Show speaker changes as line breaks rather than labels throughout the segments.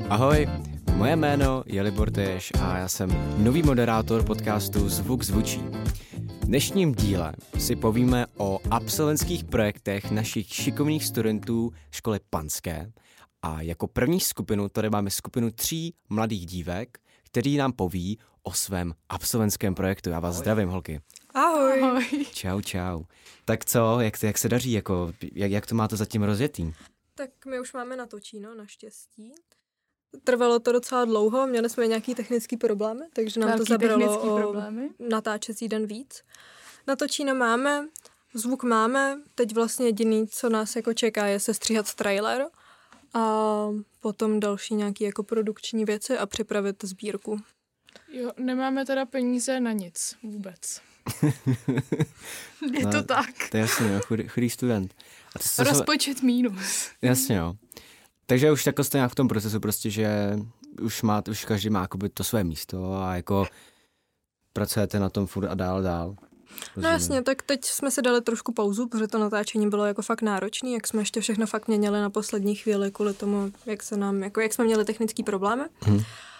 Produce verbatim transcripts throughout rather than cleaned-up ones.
Ahoj, moje jméno je Libor Teš a já jsem nový moderátor podcastu Zvuk zvučí. V dnešním díle si povíme o absolventských projektech našich šikovných studentů školy Panské a jako první skupinu tady máme skupinu tří mladých dívek, který nám poví o svém absolventském projektu. Já vás Ahoj. Zdravím, holky.
Ahoj. Ahoj.
Čau, čau. Tak co, jak, jak se daří, jako, jak, jak to máte zatím rozjetý?
Tak my už máme natočíno, naštěstí. Trvalo to docela dlouho, měli jsme nějaký technický problémy, takže nám
Velký
to zabralo o
problémy.
natáčecí den víc. Natočíno máme, zvuk máme, teď vlastně jediný, co nás jako čeká, je sestříhat trailer a potom další nějaké jako produkční věci a připravit sbírku.
Jo, nemáme teda peníze na nic vůbec. Je no, to tak.
To je jasně, jo, chudý, chudý student.
A to rozpočet se... mínus.
Jasně, jo. Takže už takhle jste nějak v tom procesu prostě, že už má, už každý má jakoby to své místo a jako pracujete na tom furt a dál, dál.
Rozumím. No jasně, tak teď jsme si dali trošku pauzu, protože to natáčení bylo jako fakt náročný, jak jsme ještě všechno fakt měnili na poslední chvíli kvůli tomu, jak se nám, jako jak jsme měli technický problémy. Hmm.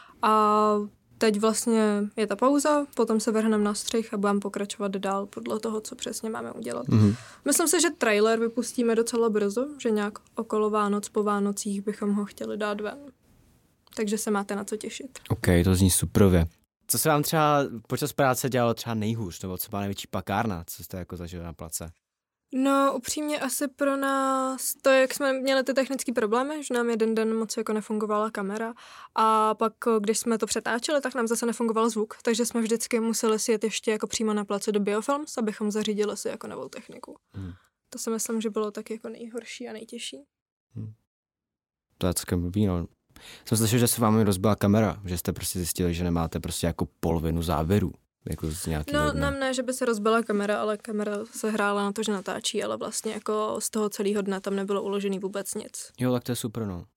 A teď vlastně je ta pauza, potom se vrhneme na střih a budeme pokračovat dál podle toho, co přesně máme udělat. Mm-hmm. Myslím si, že trailer vypustíme docela brzo, že nějak okolo Vánoc, po Vánocích bychom ho chtěli dát ven. Takže se máte na co těšit.
OK, to zní suprově. Co se vám třeba počas práce dělalo třeba nejhůř, nebo co byla největší pakárna, co jste jako zažili na place?
No, upřímně asi pro nás to, jak jsme měli ty technické problémy, že nám jeden den moc jako nefungovala kamera a pak, když jsme to přetáčeli, tak nám zase nefungoval zvuk, takže jsme vždycky museli si jet ještě jako přímo na place do Biofilms, abychom zařídili si jako novou techniku. Hmm. To si myslím, že bylo tak jako nejhorší a nejtěžší.
Hmm. To je celkem blbý, no. Jsem slyšel, že se vám rozbila kamera, že jste prostě zjistili, že nemáte prostě jako polovinu záběru. Jako z
no, nám ne, že by se rozbila kamera, ale kamera se hrála na to, že natáčí, ale vlastně jako z toho celého dne tam nebylo uložený vůbec nic.
Jo, tak to je super, no.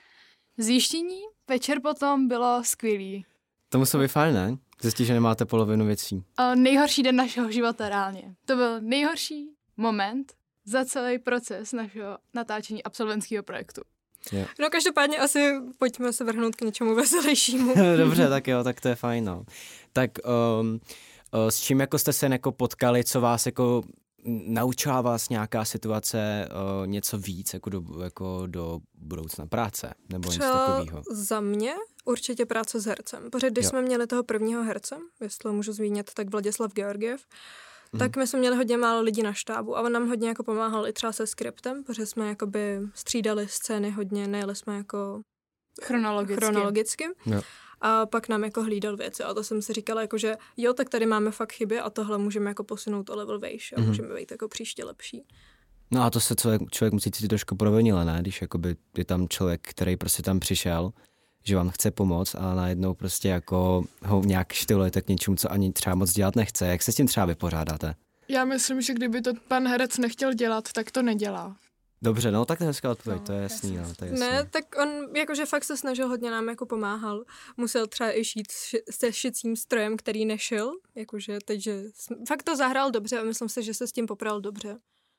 Zjištění večer potom bylo skvělý.
To muselo být fajn, ne? Zjistit, že nemáte polovinu věcí.
O, nejhorší den našeho života reálně. To byl nejhorší moment za celý proces našeho natáčení absolventského projektu.
Yeah.
No každopádně asi pojďme se vrhnout k něčemu veselějšímu.
Dobře, tak jo, tak to je fajn, no. Tak um, uh, s čím jako jste se jako potkali, co vás jako naučila vás nějaká situace uh, něco víc jako do, jako do budoucna práce? Nebo něco takového?
Za mě určitě práce s hercem. Protože když jo. jsme měli toho prvního herce, jestli můžu zmínit, tak Vladislav Georgiev, tak my jsme měli hodně málo lidí na štábu a on nám hodně jako pomáhal i třeba se skriptem, protože jsme jakoby střídali scény hodně, nejeli jsme jako
chronologicky.
chronologicky.
Jo.
A pak nám jako hlídal věci a to jsem si říkala jako, že jo, tak tady máme fakt chyby a tohle můžeme jako posunout o level vejš a mm-hmm. můžeme být jako příště lepší.
No a to se člověk, člověk musí cítit trošku provinile, ne? Když jakoby je tam člověk, který prostě tam přišel, že vám chce pomoct a najednou prostě jako ho nějak štylujete k něčemu, co ani třeba moc dělat nechce. Jak se s tím třeba vypořádáte?
Já myslím, že kdyby to pan herec nechtěl dělat, tak to nedělá.
Dobře, no tak to je hezká odpověď,
no,
to je jasný. No, to je jasný.
Ne, tak on jakože fakt se snažil hodně nám jako pomáhal. Musel třeba i šít se šicím strojem, který nešil, jakože teď, že fakt to zahrál dobře a myslím si, že se s tím popral dobře.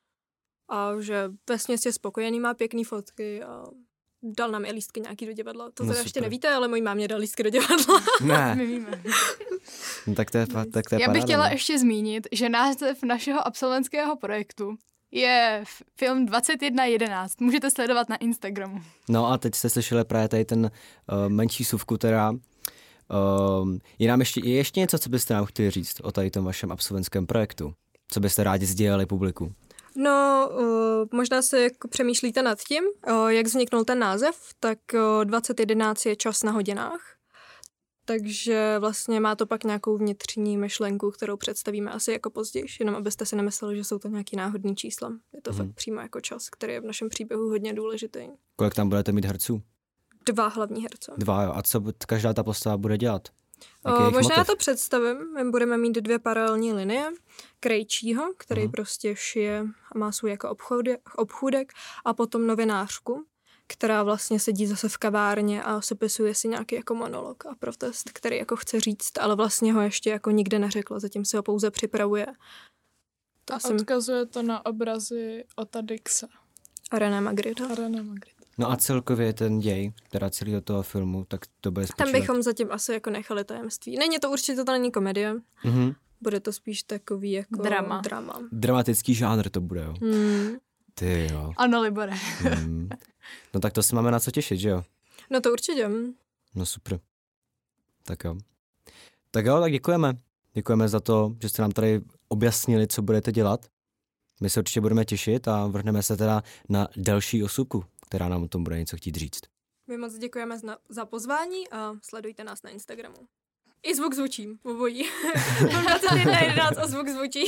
A že vesměs je spokojený, má pěkný fotky a dal nám i lístky nějaký do divadla. To no teda ještě nevíte, ale mojí mámě dal lístky do divadla.
Ne.
My víme.
No, tak to je, tak to je
Já
paráda,
bych chtěla
ne?
ještě zmínit, že název našeho absolventského projektu je film dvacet jedna jedenáct. Můžete sledovat na Instagramu.
No a teď jste slyšeli právě tady ten uh, menší suvku, teda uh, je nám ještě, je ještě něco, co byste nám chtěli říct o tady tom vašem absolventském projektu? Co byste rádi sdělili publiku?
No, uh, možná si jako přemýšlíte nad tím, uh, jak vzniknul ten název, tak uh, dvacet jedenáct je čas na hodinách. Takže vlastně má to pak nějakou vnitřní myšlenku, kterou představíme asi jako později, jenom abyste si nemysleli, že jsou to nějaký náhodný čísla. Je to hmm. fakt přímo jako čas, který je v našem příběhu hodně důležitý.
Kolik tam budete mít herců?
Dva hlavní herce.
Dva, jo. A co každá ta postava bude dělat?
O, možná motiv? Já to představím. My budeme mít dvě paralelní linie. Krejčího, který hmm. prostě šije a má svůj jako obchůdek, obchůdek a potom novinářku, která vlastně sedí zase v kavárně a sepisuje si nějaký jako monolog a protest, který jako chce říct, ale vlastně ho ještě jako nikde neřekla, zatím si ho pouze připravuje.
A jsem... odkazuje to na obrazy Ota Dixa.
A René Magritte.
A René Magritte.
No a celkově ten děj, teda celého toho filmu, tak to bude spočívat.
Tam bychom zatím asi jako nechali tajemství. Není to určitě, to není komedie.
Mm-hmm.
Bude to spíš takový jako
drama.
drama.
Dramatický žánr to bude, jo.
Hmm.
Ty jo.
Ano, Libore.
Hmm. No tak to se máme na co těšit, že jo?
No to určitě.
No super. Tak jo. Tak jo, tak děkujeme. Děkujeme za to, že jste nám tady objasnili, co budete dělat. My se určitě budeme těšit a vrhneme se teda na další osůbku, která nám o tom bude něco chtít říct.
My moc děkujeme za, za pozvání a sledujte nás na Instagramu. I zvuk zvučím, obojí. dvacet jedna jedenáct a zvuk zvučí.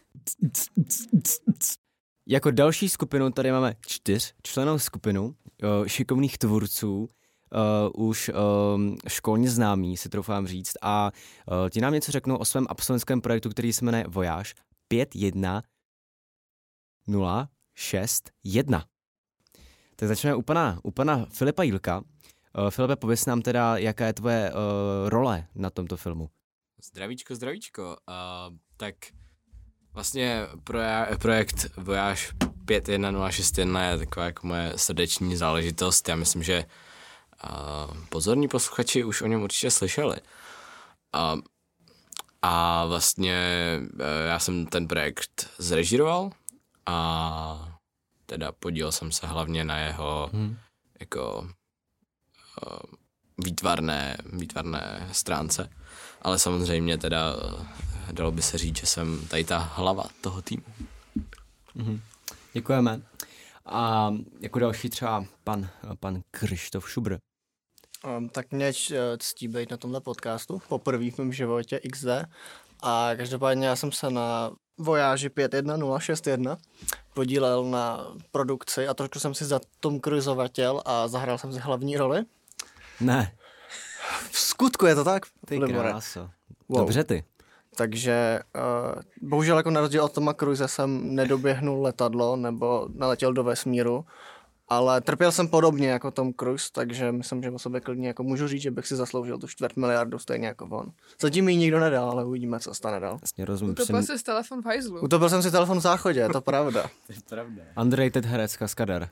Jako další skupinu tady máme čtyř členů skupinu uh, šikovných tvůrců, uh, už um, školně známí, si troufám říct, a uh, ti nám něco řeknou o svém absolventském projektu, který se jmenuje Voyage pět jedna nula šest jedna. Tak začneme u pana, u pana Filipa Jílka. Uh, Filipe, pověz nám teda, jaká je tvoje uh, role na tomto filmu.
Zdravíčko, zdravíčko. Uh, tak vlastně proje- projekt Voyage pět jedna nula šest jedna je taková jako moje srdeční záležitost. Já myslím, že uh, pozorní posluchači už o něm určitě slyšeli. Uh, a vlastně uh, já jsem ten projekt zrežíroval a teda podílel jsem se hlavně na jeho hmm. jako uh, výtvarné, výtvarné stránce. Ale samozřejmě teda dalo by se říct, že jsem tady ta hlava toho týmu.
Mm-hmm. Děkujeme. A jako další třeba pan, pan Krištof Šubr.
Um, tak mě ctí být na tomhle podcastu, poprvé v mém životě iks dé. A každopádně já jsem se na Voyage pět jedna nula šest jedna podílel na produkci a trošku jsem si za Tom Cruisovatěl a zahrál jsem si hlavní roli.
Ne.
V skutku je to tak?
Ty kráso.
Wow.
Dobře ty.
Takže uh, bohužel jako na rozdíl od Toma Cruise jsem nedoběhnul letadlo nebo neletěl do vesmíru, ale trpěl jsem podobně jako Tom Cruise, takže myslím, že o sobě klidně jako můžu říct, že bych si zasloužil tu čtvrt miliardu stejně jako on. Zatím mi nikdo nedal, ale uvidíme, co stane dál.
Jasně, rozumím.
Utopil jsi telefon v hajzlu.
Utopil jsem si telefon v záchodě, je to pravda.
To je pravda.
Underrated herec Kaskadar.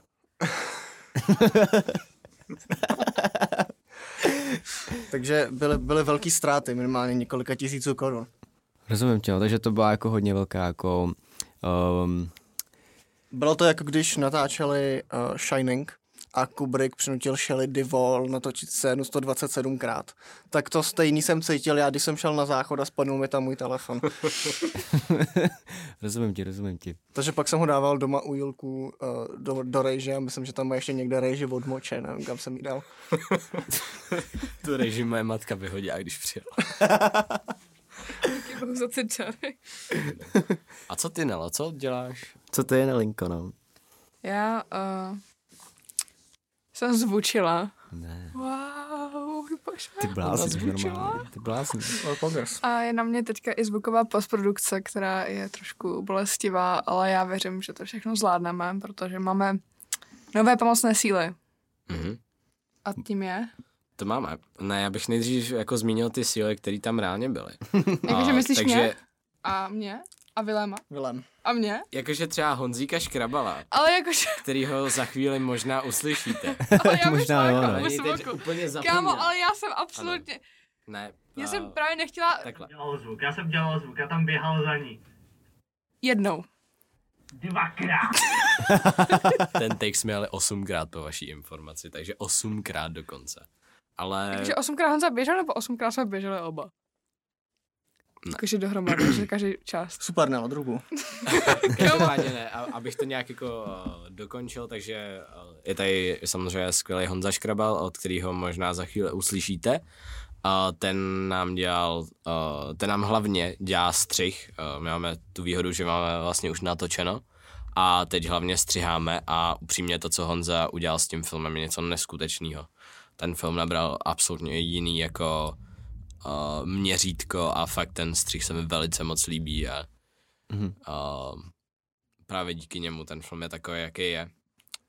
Takže byly, byly velký ztráty, minimálně několika tisíců korun.
Rozumím tě, takže to byla jako hodně velká jako... Um...
Bylo to jako když natáčeli uh, Shining a Kubrick přinutil Shelley Duvall natočit scénu sto dvacet sedmkrát. Tak to stejný jsem cítil já, když jsem šel na záchod a spadnul mi tam můj telefon.
rozumím ti, rozumím ti.
Takže pak jsem ho dával doma u Jilku uh, do, do rejže a myslím, že tam má ještě někde rejže odmoče, nevím, kam jsem jí dal.
Tu rejži moje matka vyhodila, když přijela.
Za ty čary.
A co ty, Nelo, co děláš?
Co to je, Nelinko, no?
Já uh, jsem zvučila.
Ne.
Wow, bože.
Ty blázníš normálně. Ty blázníš.
A je na mě teďka i zvuková postprodukce, která je trošku bolestivá, ale já věřím, že to všechno zvládneme, protože máme nové pomocné síly.
Mhm.
A tím je?
To máme. Ne, já bych nejdřív jako zmínil ty síly, které tam reálně byly.
Jakože myslíš
takže...
mě? A mě? A Viléma?
Vilém.
A mě?
Jakože třeba Honzíka Škrabala,
Ale jakože...
kterýho za chvíli možná uslyšíte.
Ale já
Možná jo,
možná,
no.
Ale něj teď úplně zapomněl.
Kámo, ale já jsem absolutně...
Ne.
Já
a-
jsem právě nechtěla...
Takhle.
Dělal zvuk, já jsem dělal zvuk, já tam běhal za ní.
Jednou.
Dvakrát.
Ten take jsme jeli osmkrát po vaší informaci, takže osmkrát dokonce. Ale...
Takže osmkrát Honza běžel, nebo osmkrát jsme běželi oba?
Ne.
Jakože dohromady, že každý část.
Super, Nelo, druhu.
Každopádně ne, a, abych to nějak jako uh, dokončil, takže uh, je tady samozřejmě skvělý Honza Škrabal, od kterého možná za chvíli uslyšíte. Uh, ten nám dělal, uh, ten nám hlavně dělá střih, uh, my máme tu výhodu, že máme vlastně už natočeno a teď hlavně střiháme a upřímně to, co Honza udělal s tím filmem, je něco neskutečného. Ten film nabral absolutně jiný jako uh, měřítko a fakt ten střih se mi velice moc líbí a
Mhm.
uh, právě díky němu ten film je takový, jaký je.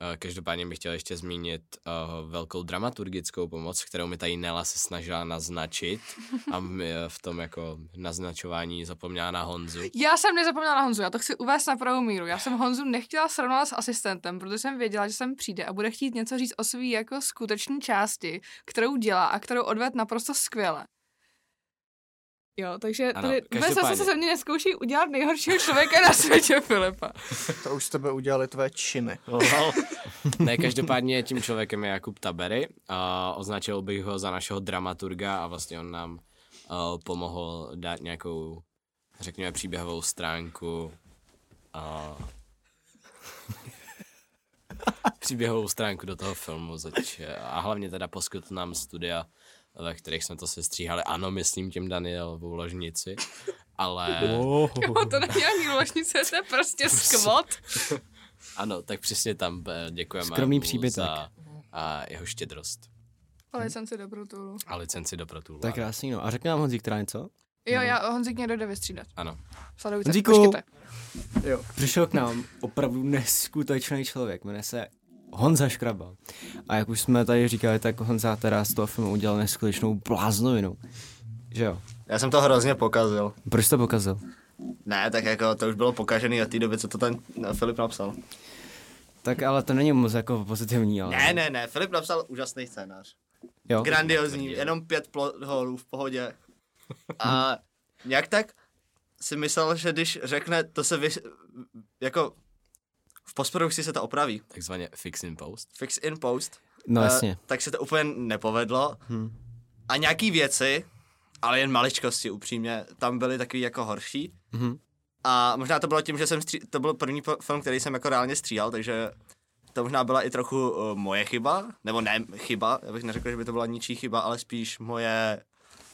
Každopádně bych chtěl ještě zmínit uh, velkou dramaturgickou pomoc, kterou mi tady Nela se snažila naznačit a mi v tom jako naznačování zapomněla na Honzu.
Já jsem nezapomněla na Honzu, já to chci uvést na pravou míru. Já jsem Honzu nechtěla srovnat s asistentem, protože jsem věděla, že sem přijde a bude chtít něco říct o své jako skutečné části, kterou dělá a kterou odved naprosto skvěle. Jo, takže
ano,
tady vůbec zase se ze mě neskouší udělat nejhoršího člověka na světě, Filipa.
To už z tebe udělali tvé činy.
Ne, každopádně tím člověkem je Jakub Tabery a označil bych ho za našeho dramaturga a vlastně on nám uh, pomohl dát nějakou, řekněme, příběhovou stránku a příběhovou stránku do toho filmu zač, a hlavně teda poskytl nám studia, ve kterých jsme to sestříhali. Ano, myslím tím Danielovou ložnici, ale...
Jo, to není ani ložnice, to je prostě skvot.
Ano, tak přesně tam děkujeme
Skromný
mu
příbytek.
za a jeho štědrost.
A licenci do Pro Toolu.
A licenci do Pro Toolu.
Tak krásný, no. A řekne nám Honzík teda něco?
Jo, já Honzík mě dojde vystřídat.
Ano.
Sledujte,
Honzíku!
počkejte.
Jo.
Přišel k nám opravdu neskutečný člověk, jmenuje se Honza Škraba. A jak už jsme tady říkali, tak Honza teda z toho filmu udělal neskutečnou bláznovinu. Že jo?
Já jsem to hrozně pokazil.
Proč to pokazil?
Ne, tak jako to už bylo pokažený od té doby, co to ten Filip napsal.
Tak ale to není moc jako pozitivní, ale...
Ne, ne, ne, Filip napsal úžasný scénář.
Jo?
Grandiozní, jenom pět plot holů v pohodě. A nějak tak si myslel, že když řekne, to se vy... jako v postprodukci se to opraví.
Takzvaně fix in post.
Fix in post.
No
Uh,
jasně.
tak se to úplně nepovedlo. Hmm. A nějaký věci, ale jen maličkosti upřímně, tam byly takový jako horší.
Mhm.
A možná to bylo tím, že jsem stří... to byl první po- film, který jsem jako reálně stříhal, takže to možná byla i trochu uh, moje chyba, nebo ne chyba, já bych neřekl, že by to byla ničí chyba, ale spíš moje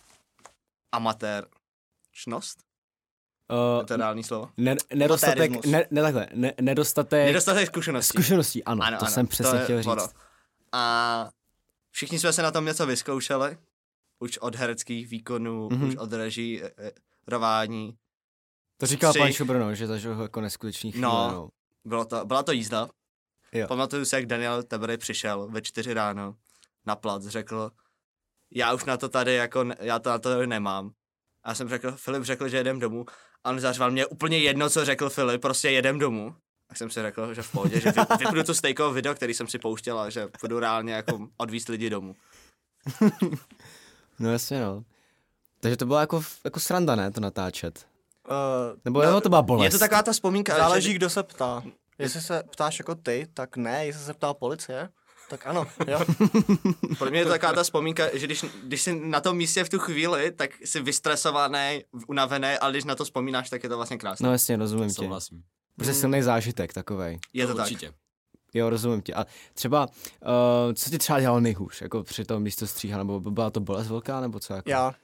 amatérčnost.
Uh,
Je to reálný slovo?
ne, nedostatek,
Amatérismus.
ne, ne takhle, ne, nedostatek
Nedostatek zkušeností.
zkušeností, ano,
Ano,
to
ano,
jsem přesně
to je
chtěl říct.
ono. A všichni jsme se na tom něco vyzkoušeli, už od hereckých výkonů,
Mhm.
mm-hmm. už od reží, e, e, rování.
To říkal
Střih.
pan Šubrno, že zažil ho jako neskutečný chvíle.
No.
No.
Bylo to, byla to jízda.
Jo.
Pamatuju si, jak Daniel Tabery přišel ve čtyři ráno na plac, řekl, já už na to tady jako, ne- já to na to nemám. A já jsem řekl, Filip řekl, že jedem domů. A on zařval, mě úplně jedno, co řekl Filip, prostě jedem domů. Tak jsem si řekl, že v pohodě, že vy, vypnu tu stejkové video, který jsem si pouštěl a že budu reálně jako odvízt lidi domů.
No jasně, no. Takže to bylo jako, jako sranda, ne, to natáčet?
Uh,
Nebo no, to byla bolest?
Je to taková ta vzpomínka,
záleží,
že...
kdo se ptá. Jestli se ptáš jako ty, tak ne. Jestli se ptá policie, tak ano, jo.
Pro mě je to taková ta vzpomínka, že když, když jsi na tom místě v tu chvíli, tak jsi vystresovaný, unavený, ale když na to vzpomínáš, tak je to vlastně krásné.
No jasně, rozumím tě.
Souhlasím.
Prostě silný zážitek takovej.
Je to
No,
tak.
určitě.
Jo, rozumím tě. A třeba, uh, co ti třeba dělalo nejhůř, jako při tom místo stříha, nebo byla to bolest velká, nebo co? Jako?
Já.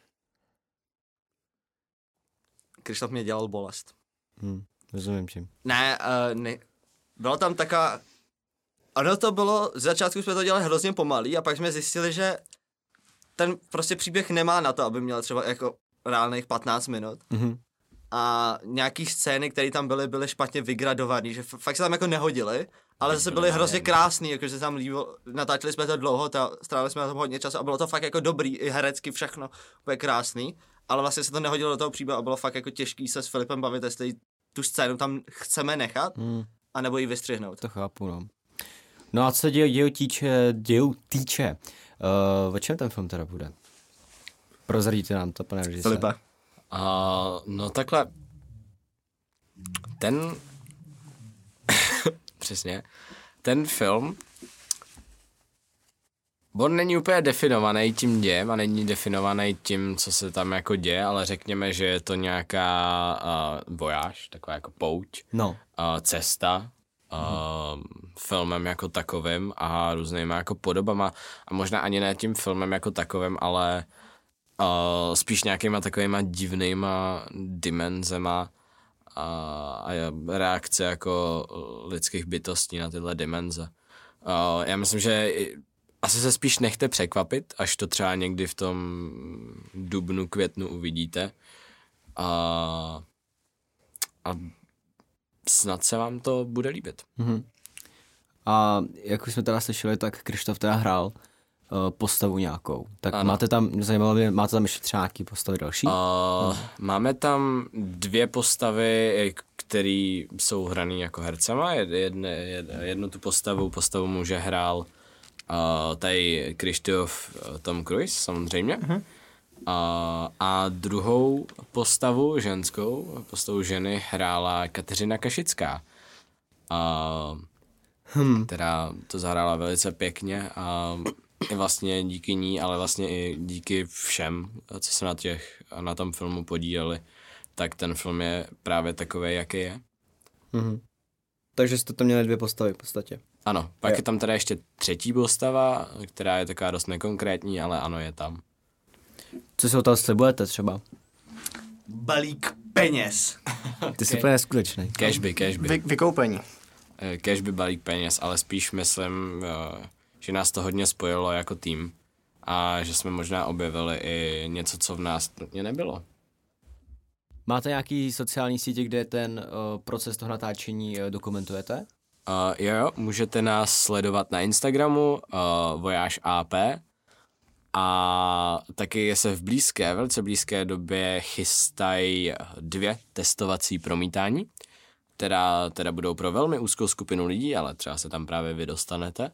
Krištof mě dělal bolest.
Hm, rozumím tě.
Ne, uh, ne. Bylo tam taková... Ono to bylo, z začátku jsme to dělali hrozně pomalý a pak jsme zjistili, že ten prostě příběh nemá na to, aby měl třeba jako reálných patnáct minut.
Mhm.
A nějaký scény, které tam byly, byly špatně vygradované, že f- fakt se tam jako nehodily, ale zase byly hrozně krásný, jakože se tam líbilo, natáčeli jsme to dlouho, ta, strávili jsme na tom hodně času a bylo to fakt jako dobrý, i herecky všechno, úplně krásný, ale vlastně se to nehodilo do toho příběhu a bylo fakt jako těžký se s Filipem bavit, jestli tu scénu tam chceme nechat,
Hm,
anebo ji vystřihnout.
to chápu, no. No a co děj, dějou týče, dějou týče, uh, o čem ten film teda bude? Prozradíte nám to, pane režisér.
Filipe.
Uh, no takhle, ten, přesně, ten film, on není úplně definovaný tím dějem a není definovaný tím, co se tam jako děje, ale řekněme, že je to nějaká uh, vojáž, taková jako pouť,
No.
uh, cesta, uh, filmem jako takovým a různýma jako podobama a možná ani ne tím filmem jako takovým, ale uh, spíš nějakýma takovýma divnýma dimenzema a, a reakce jako lidských bytostí na tyhle dimenze. Uh, já myslím, že asi se spíš nechte překvapit, až to třeba někdy v tom dubnu, květnu uvidíte. A, a snad se vám to bude líbit.
Mhm. A jak už jsme teda slyšeli, tak Krištof teda hrál uh, postavu nějakou. Tak
ano.
máte tam, zajímalo mě, máte tam ještě třeba nějaký postavy další?
Uh, hmm. Máme tam dvě postavy, které jsou hraný jako hercema. Jedne, jednu tu postavu, postavu muže hrál uh, tady Krištof Tom Cruise, samozřejmě. Uh-huh. Uh, a druhou postavu, ženskou, postavu ženy hrála Kateřina Kašická. Uh, hmm. Která to zahrála velice pěkně a i vlastně díky ní, ale vlastně i díky všem, co se na, těch, na tom filmu podíleli, tak ten film je právě takový, jaký je.
Mm-hmm. Takže jste tam měli dvě postavy v podstatě.
Ano, pak
je.
je tam teda ještě třetí postava, která je taková dost nekonkrétní, ale ano, je tam.
Co si o toho slibujete třeba?
Balík peněz.
Ty jsi úplně neskutečný.
Cashby, cashby.
Vy, vykoupení.
Cashby, balík peněz, ale spíš myslím, že nás to hodně spojilo jako tým a že jsme možná objevili i něco, co v nás nutně nebylo.
Máte nějaký sociální sítě, kde ten uh, proces toho natáčení uh, dokumentujete?
Uh, jo, můžete nás sledovat na Instagramu uh, Voyage A P a taky se v blízké, velice blízké době chystají dvě testovací promítání, která teda budou pro velmi úzkou skupinu lidí, ale třeba se tam právě vy dostanete.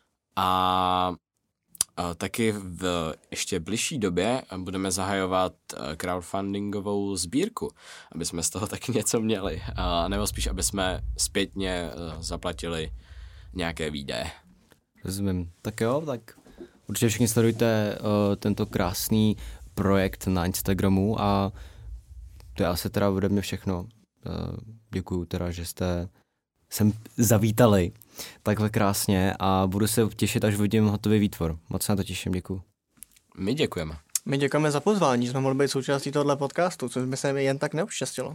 A, a taky v ještě bližší době budeme zahajovat crowdfundingovou sbírku, aby jsme z toho taky něco měli, a nebo spíš, aby jsme zpětně zaplatili nějaké výdaje.
Rozumím. Tak jo, tak určitě všichni sledujte uh, tento krásný projekt na Instagramu a to je asi teda ode mě všechno. Uh, děkuju teda, že jste sem zavítali takhle krásně a budu se těšit, až vidím hotový výtvor. Moc se na to těším, děkuju.
My děkujeme.
My děkujeme za pozvání, že jsme mohli být součástí tohoto podcastu, což by se mi jen tak neobštěstilo.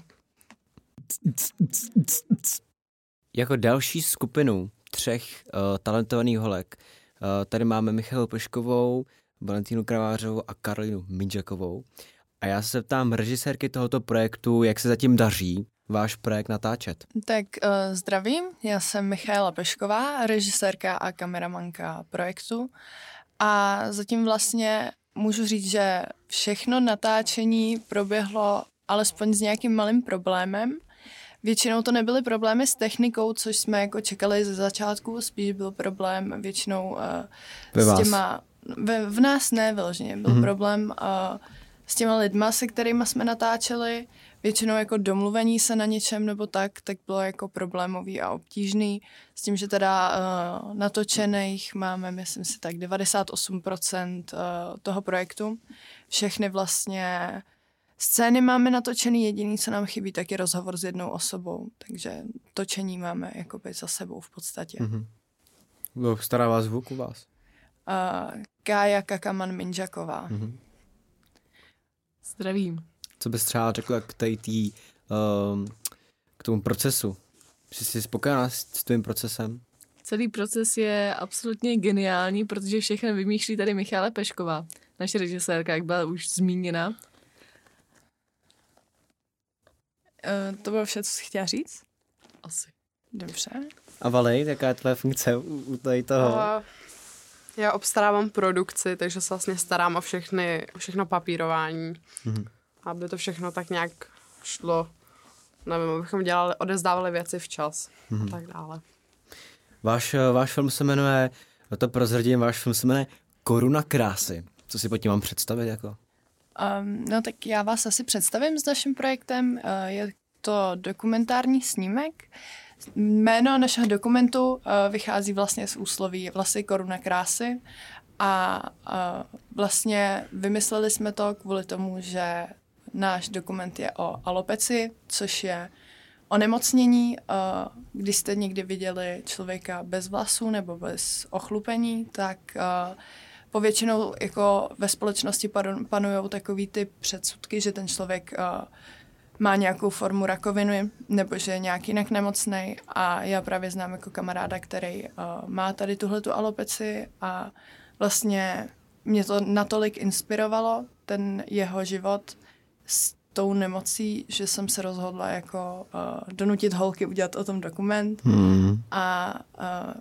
Jako další skupinu třech uh, talentovaných holek uh, tady máme Michalu Peškovou, Valentínu Kravářovou a Karolinu Mindžakovou. A já se ptám režisérky tohoto projektu, jak se zatím daří váš projekt natáčet.
Tak uh, zdravím, já jsem Michaela Pešková, režisérka a kameramanka projektu a zatím vlastně můžu říct, že všechno natáčení proběhlo alespoň s nějakým malým problémem. Většinou to nebyly problémy s technikou, což jsme jako čekali ze začátku, spíš byl problém většinou uh, s těma... Ve, v nás ne vyloženě, byl mm-hmm. problém uh, s těma lidma, se kterými jsme natáčeli. Většinou jako domluvení se na něčem nebo tak, tak bylo jako problémový a obtížný. S tím, že teda uh, natočených máme, myslím si, tak devadesát osm procent uh, toho projektu. Všechny vlastně scény máme natočený, jediný, co nám chybí, tak je rozhovor s jednou osobou. Takže točení máme jakoby za sebou v podstatě.
Mm-hmm. Kdo stará vás zvuk u vás?
Uh, Kája Kakaman Mindžaková.
Mm-hmm.
Zdravím.
Co bys třeba řekla k, tej tý, um, k tomu procesu? Jsi si spokojená s tvým procesem?
Celý proces je absolutně geniální, protože všechno vymýšlí tady Michála Pešková, naše režisérka, jak byla už zmíněna.
Uh, to bylo vše, co jsi chtěla říct?
Asi.
Dobře.
A Valej, jaká je tvoje funkce u, u tady toho?
Uh, já obstarávám produkci, takže se vlastně starám o všechny, o všechno papírování. Mm-hmm. Aby to všechno tak nějak šlo, nevím, abychom dělali, odezdávali věci včas mm-hmm. a tak dále.
Váš, váš film se jmenuje, to prozradím, váš film se jmenuje Koruna krásy. Co si pod tím mám představit jako?
Um, no tak já vás asi představím s naším projektem. Uh, je to dokumentární snímek. Jméno našeho dokumentu uh, vychází vlastně z úsloví Vlasy koruna krásy a uh, vlastně vymysleli jsme to kvůli tomu, že náš dokument je o alopeci, což je onemocnění. Uh, když jste někdy viděli člověka bez vlasů nebo bez ochlupení, tak uh, povětšinou jako ve společnosti panují takový ty předsudky, že ten člověk uh, má nějakou formu rakoviny nebo že je nějak jinak nemocnej a já právě znám jako kamaráda, který uh, má tady tuhletu alopeci a vlastně mě to natolik inspirovalo, ten jeho život s tou nemocí, že jsem se rozhodla jako uh, donutit holky udělat o tom dokument hmm. a uh,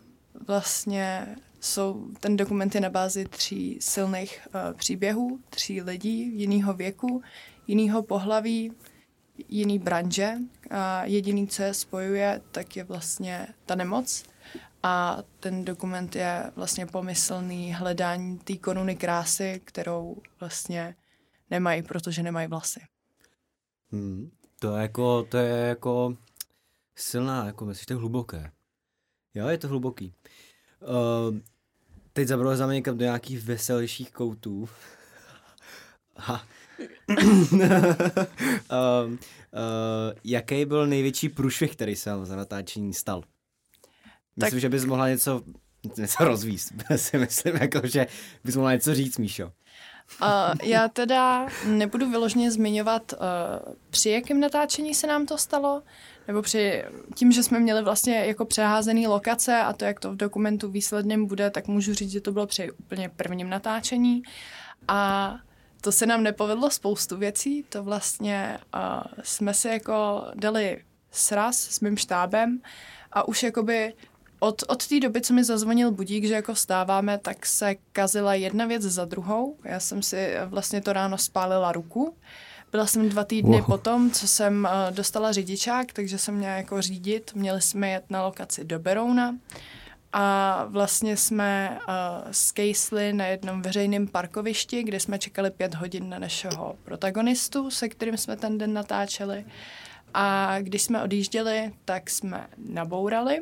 vlastně jsou, ten dokument je na bázi tří silných uh, příběhů, tří lidí jiného věku, jiného pohlaví, jiný branže. A jediný, co je spojuje, tak je vlastně ta nemoc. A ten dokument je vlastně pomyslný hledání té koruny krásy, kterou vlastně nemají, protože nemají vlasy.
Hmm. To je jako, to je jako silná, jako myslíš, to je hluboké. Jo, je to hluboký. Uh, teď zabralo za mě někam do nějakých veselějších koutů. Ha. uh, uh, jaký byl největší průšvih, který se vám za natáčení stal? Myslím, tak... že bys mohla něco, něco rozvíst. si myslím, jako, že bys mohla něco říct, Míšo.
Uh, já teda nebudu vyloženě zmiňovat, uh, při jakém natáčení se nám to stalo, nebo při tím, že jsme měli vlastně jako přeházený lokace a to, jak to v dokumentu výsledným bude, tak můžu říct, že to bylo při úplně prvním natáčení a to se nám nepovedlo spoustu věcí, to vlastně uh, jsme si jako dali sraz s mým štábem a už jakoby Od, od té doby, co mi zazvonil budík, že jako vstáváme, tak se kazila jedna věc za druhou. Já jsem si vlastně to ráno spálila ruku. Byla jsem dva týdny wow. potom, co jsem uh, dostala řidičák, takže jsem měla jako řídit. Měli jsme jet na lokaci do Berouna a vlastně jsme uh, skejsli na jednom veřejném parkovišti, kde jsme čekali pět hodin na našeho protagonistu, se kterým jsme ten den natáčeli. A když jsme odjížděli, tak jsme nabourali.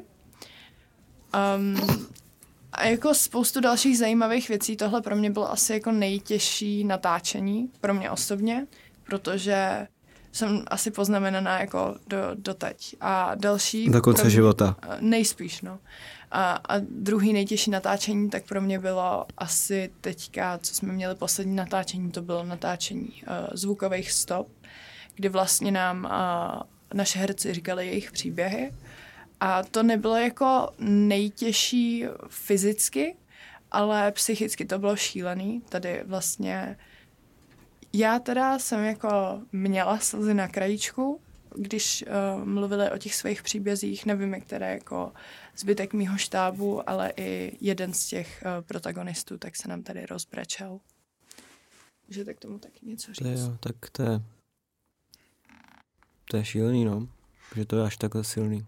Um, a jako spoustu dalších zajímavých věcí, tohle pro mě bylo asi jako nejtěžší natáčení, pro mě osobně, protože jsem asi poznamenaná jako do, doteď. A další...
Do konce
mě,
života.
Nejspíš, no. A, a druhý nejtěžší natáčení, tak pro mě bylo asi teďka, co jsme měli poslední natáčení, to bylo natáčení uh, zvukových stop, kdy vlastně nám uh, naše herci říkali jejich příběhy. A to nebylo jako nejtěžší fyzicky, ale psychicky to bylo šílený. Tady vlastně já teda jsem jako měla slzy na krajíčku, když uh, mluvili o těch svých příbězích, nevím, které jako zbytek mýho štábu, ale i jeden z těch uh, protagonistů, tak se nám tady rozbrečel. Můžete k tomu taky něco říct?
To je, jo, tak to je, to je šílený, no. Že to je až takhle silný.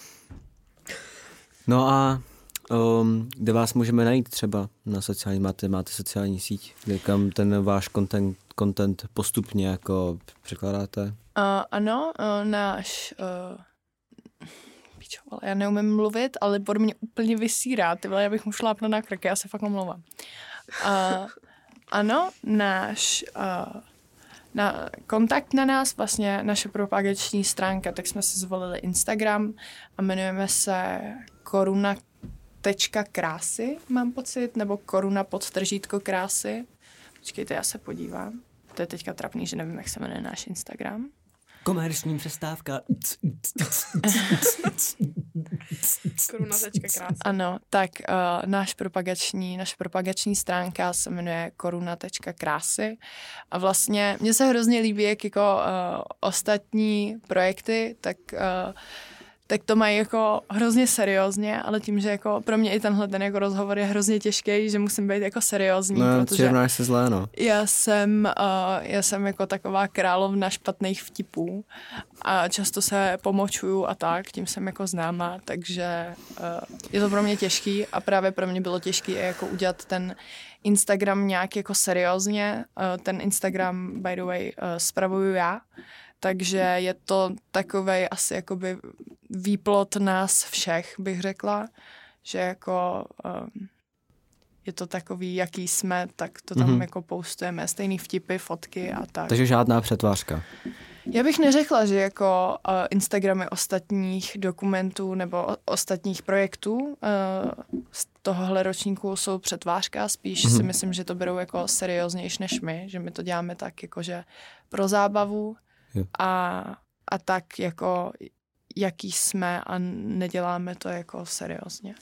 No a um, kde vás můžeme najít třeba na sociální, máte, máte sociální síť, kde kam ten váš content, content postupně jako překládáte?
Uh, ano, uh, náš, uh, pičo, ale já neumím mluvit, ale pod mě úplně vysírá, ty vole, já bych mu šlápla na krk, já se fakt omlouvám. Uh, ano, náš... Uh, Na kontakt na nás, vlastně naše propagační stránka, tak jsme si zvolili Instagram a jmenujeme se koruna tečka krásy, mám pocit, nebo koruna podtržítko krásy. Počkejte, já se podívám. To je teďka trapný, že nevím, jak se jmenuje náš Instagram.
Komerční přestávka.
koruna tečka krásy.
Ano, tak uh, náš propagační, naše propagační stránka se jmenuje koruna tečka krásy a vlastně mně se hrozně líbí, jak jako uh, ostatní projekty, tak uh, tak to mají jako hrozně seriózně, ale tím, že jako pro mě i tenhle ten jako rozhovor je hrozně těžký, že musím být jako seriózní,
no,
protože
se zlé, no.
já jsem, uh, já jsem jako taková královna špatných vtipů a často se pomočuju a tak, tím jsem jako známá, takže uh, je to pro mě těžký a právě pro mě bylo těžký jako udělat ten Instagram nějak jako seriózně. Uh, ten Instagram, by the way, uh, spravuju já, takže je to takovej asi jakoby výplod nás všech, bych řekla, že jako um, je to takový, jaký jsme, tak to tam mm-hmm. jako postujeme, stejný vtipy, fotky a tak.
Takže žádná přetvářka.
Já bych neřekla, že jako uh, Instagramy ostatních dokumentů nebo o, ostatních projektů uh, z tohohle ročníku jsou přetvářka, spíš mm-hmm. si myslím, že to berou jako serióznější než my, že my to děláme tak jakože pro zábavu a, a tak jako jaký jsme a neděláme to jako seriózně.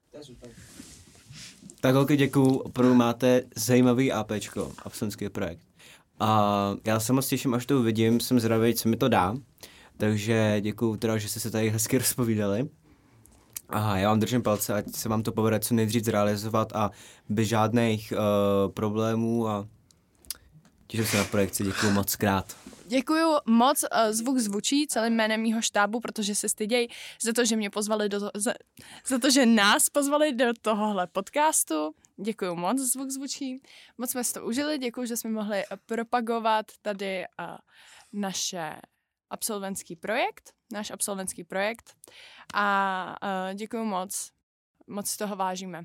Tak holky, děkuju, opravdu máte zajímavý APčko, absolventský projekt. A já se moc těším, až to uvidím, jsem zvědavý, co mi to dá. Takže děkuju teda, že jste se tady hezky rozpovídali. Aha, já vám držím palce, ať se vám to povede co nejdřív zrealizovat a bez žádných uh, problémů a těším se na projekci, děkuju moc krát.
Děkuju moc uh, Zvuk zvučí celým jménem mýho štábu, protože se styděj za to, že mě pozvali do to, za, za to, že nás pozvali do tohohle podcastu. Děkuju moc Zvuk zvučí. Moc jsme si to užili, děkuju, že jsme mohli propagovat tady uh, naše absolventský projekt, náš absolventský projekt a uh, děkuju moc, moc toho vážíme.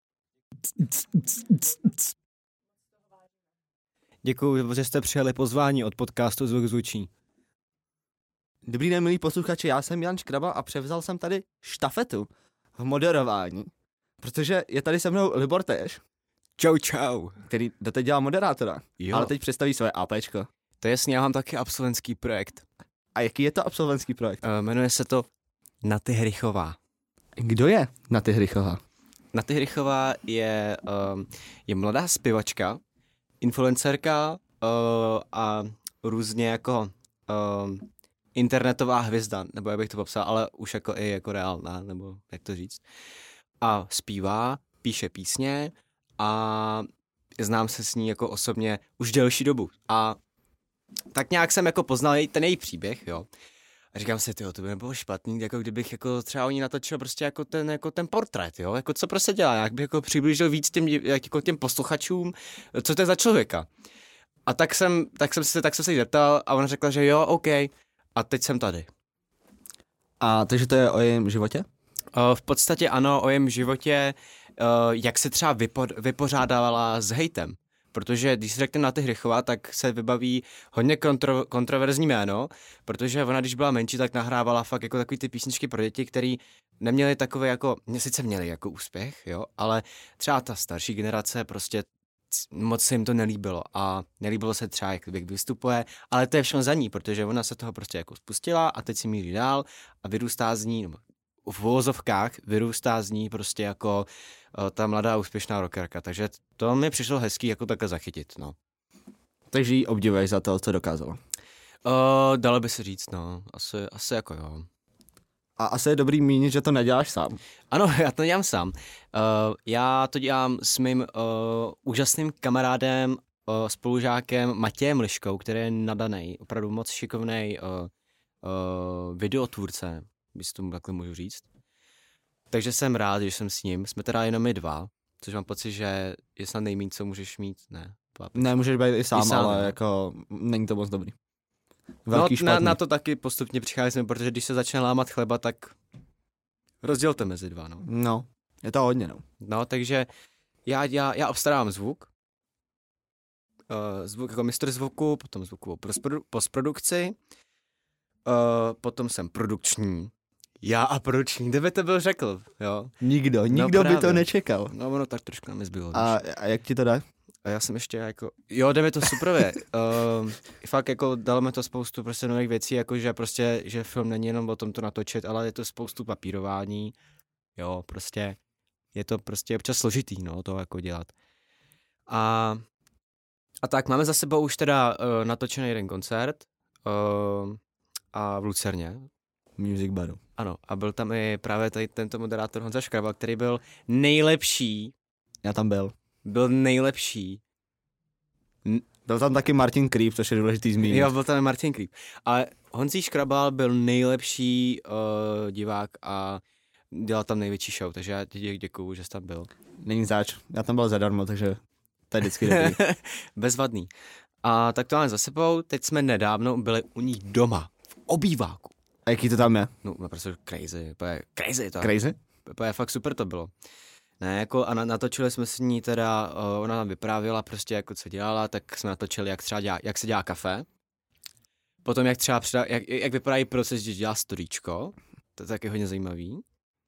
Děkuju, že jste přijali pozvání od podcastu Zvuk zvučí.
Dobrý den, milí posluchači, já jsem Jan Škraba a převzal jsem tady štafetu v moderování, protože je tady se mnou Libor Též.
Čau, čau.
Který doteď dělá moderátora,
Jo.
ale teď představí své APčko.
To je jasně, já mám taky absolventský projekt.
A jaký je to absolventský projekt?
Uh, jmenuje se to Naty Hrychová.
Kdo je Naty Hrychová?
Naty Hrychová je, um, je mladá zpěvačka, influencerka uh, a různě jako um, internetová hvězda, nebo jak bych to popsal, ale už jako i jako reálná, nebo jak to říct. A zpívá, píše písně a znám se s ní jako osobně už delší dobu. A tak nějak jsem jako poznal jej, ten její příběh, jo. A říkám si, tyjo, to by nebylo špatný, jako kdybych jako třeba o ní natočil prostě jako ten, jako ten portrét, jo. Jako co prostě dělá, jak bych jako přiblížil víc těm, jako těm posluchačům, co to je za člověka. A tak jsem, tak jsem se, tak jsem se jí zeptal a ona řekla, že jo, OK. A teď jsem tady.
A takže to je o jejím životě?
Uh, v podstatě ano, o jejím životě, uh, jak se třeba vypo, vypořádávala s hejtem. Protože když se řekne Naty Hrychová, tak se vybaví hodně kontro, kontroverzní jméno, protože ona, když byla menší, tak nahrávala fakt jako takový ty písničky pro děti, které neměly takové jako, sice měly jako úspěch, jo, ale třeba ta starší generace prostě moc se jim to nelíbilo a nelíbilo se třeba, jak vystupuje, ale to je všechno za ní, protože ona se toho prostě jako spustila a teď si míří dál a vyrůstá z ní, nebo v uvozovkách vyrůstá z ní prostě jako uh, ta mladá úspěšná rockerka, takže to mi přišlo hezký jako takhle zachytit, no.
Takže ji obdivuješ za to, co dokázala.
Uh, dalo by se říct, no, asi, asi jako jo.
A asi je dobrý mínit, že to neděláš sám.
Ano, já to dělám sám. Uh, já to dělám s mým uh, úžasným kamarádem, uh, spolužákem Matějem Liškou, který je nadaný, opravdu moc šikovnej uh, uh, videotvůrce, když tomu takhle můžu říct. Takže jsem rád, že jsem s ním. Jsme teda jenom my dva, což mám pocit, že je snad nejméně, co můžeš mít, ne?
Ne, můžeš být i sám,
I sám
ale
ne?
jako není to moc dobrý. Velký
no, na, na to taky postupně přicházíme, protože když se začne lámat chleba, tak rozdělte mezi dva, no.
No, je to hodně, no.
No, takže já, já, já obstarávám zvuk, uh, zvuk jako mistr zvuku, potom zvukovou postprodu- postprodukci, uh, potom jsem produkční, já a produkční, kde by to byl řekl, jo?
Nikdo, nikdo
no,
by to nečekal.
No, ono tak trošku nám zbylo.
A, a jak ti to dá?
A já jsem ještě jako, jo, jde mi to super, uh, fakt jako dalo mi to spoustu prostě nových věcí, jako že prostě, že film není jenom o tom to natočit, ale je to spoustu papírování, jo, prostě je to prostě občas složitý, no, to jako dělat. A, a tak, máme za sebou už teda uh, natočený jeden koncert uh, a v Lucerně.
Music baru.
Ano, a byl tam i právě tady tento moderátor Honza Škraba, který byl nejlepší.
Já tam byl.
Byl nejlepší.
N- byl tam taky Martin Krýp, což je důležitý zmínit.
Jo, byl tam i Martin Krýp. Ale Honzí Škrabal byl nejlepší uh, divák a dělal tam největší show, takže já ti děkuju, že jsi tam byl.
Není zač, já tam byl zadarmo, takže to je vždycky dobrý.
Bezvadný. A tak to máme za sebou, teď jsme nedávno byli u ní doma, v obýváku.
A jaký to tam je?
No, no prostě crazy, úplně crazy to.
Crazy?
Úplně fakt super to bylo. Ne, jako a natočili jsme s ní teda, uh, ona nám vyprávěla prostě jako co dělala, tak jsme natočili, jak třeba dělá, jak se dělá kafe. Potom jak třeba, přida, jak, jak vypadá proces, když dělá storíčko, to je taky hodně zajímavý.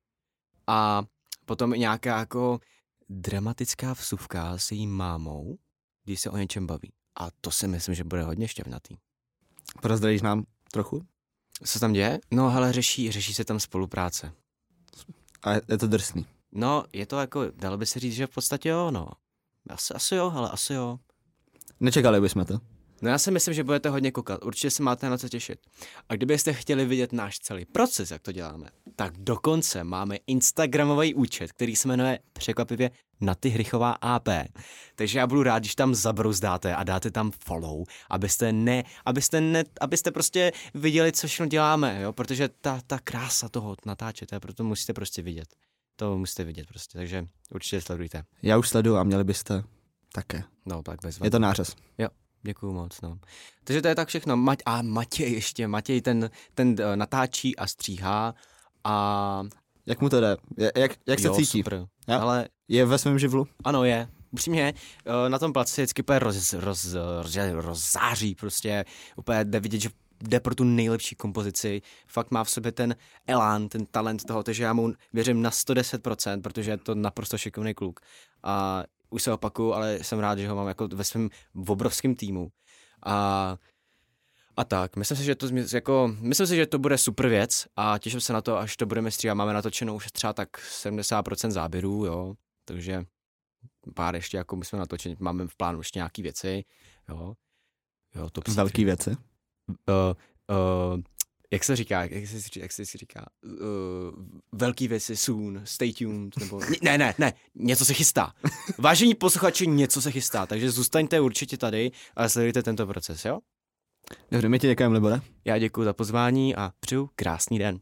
A potom nějaká jako dramatická vsuvka s její mámou, když se o něčem baví. A to si myslím, že bude hodně šťavnatý.
Prozradíš nám trochu?
Co se tam děje? No hele, řeší, řeší se tam spolupráce.
A je to drsný.
No, je to jako, dalo by se říct, že v podstatě jo, no. Asi, asi jo, ale asi jo.
Nečekali bychom to.
No já si myslím, že budete hodně koukat. Určitě se máte na co těšit. A kdybyste chtěli vidět náš celý proces, jak to děláme, tak dokonce máme instagramový účet, který se jmenuje překvapivě Natyhrychová á pé. Takže já budu rád, když tam zabrouzdáte a dáte tam follow, abyste ne, abyste ne, abyste prostě viděli, co všechno děláme, jo, protože ta, ta krása toho natáčet, proto musíte prostě vidět. To musíte vidět prostě, takže určitě sledujte.
Já už sleduju a měli byste také.
No, tak bez
Je to nářez.
Jo, děkuju moc, no. Takže to je tak všechno. Mať, a Matěj ještě, Matěj ten, ten uh, natáčí a stříhá a...
Jak mu to jde? Jak, jak se
jo,
cítí?
Super.
Ja?
Ale...
Je ve svém živlu?
Ano, je. Upřímně, uh, na tom placi se vždycky úplně roz, roz, roz, rozzáří, prostě úplně jde vidět, že jde pro tu nejlepší kompozici, fakt má v sobě ten elán, ten talent toho, takže já mu věřím na sto deset procent, protože je to naprosto šikovný kluk. A už se opakuju, ale jsem rád, že ho mám jako ve svém obrovském týmu. A, a tak, myslím si, že to, jako, myslím si, že to bude super věc a těším se na to, až to budeme stříhat. Máme natočenou už třeba tak sedmdesát procent záběrů, jo, takže pár ještě, jako my jsme natočeni, máme v plánu ještě nějaký věci, jo. jo to
Velký věci?
Uh, uh, jak se říká, jak se, jak se říká, uh, velký věci soon, stay tuned, nebo, ne, ne, ne, něco se chystá. Vážení posluchači, něco se chystá, takže zůstaňte určitě tady a sledujte tento proces, jo?
Dobře, my ti děkujeme, Libore.
Já děkuji za pozvání a přeju krásný den.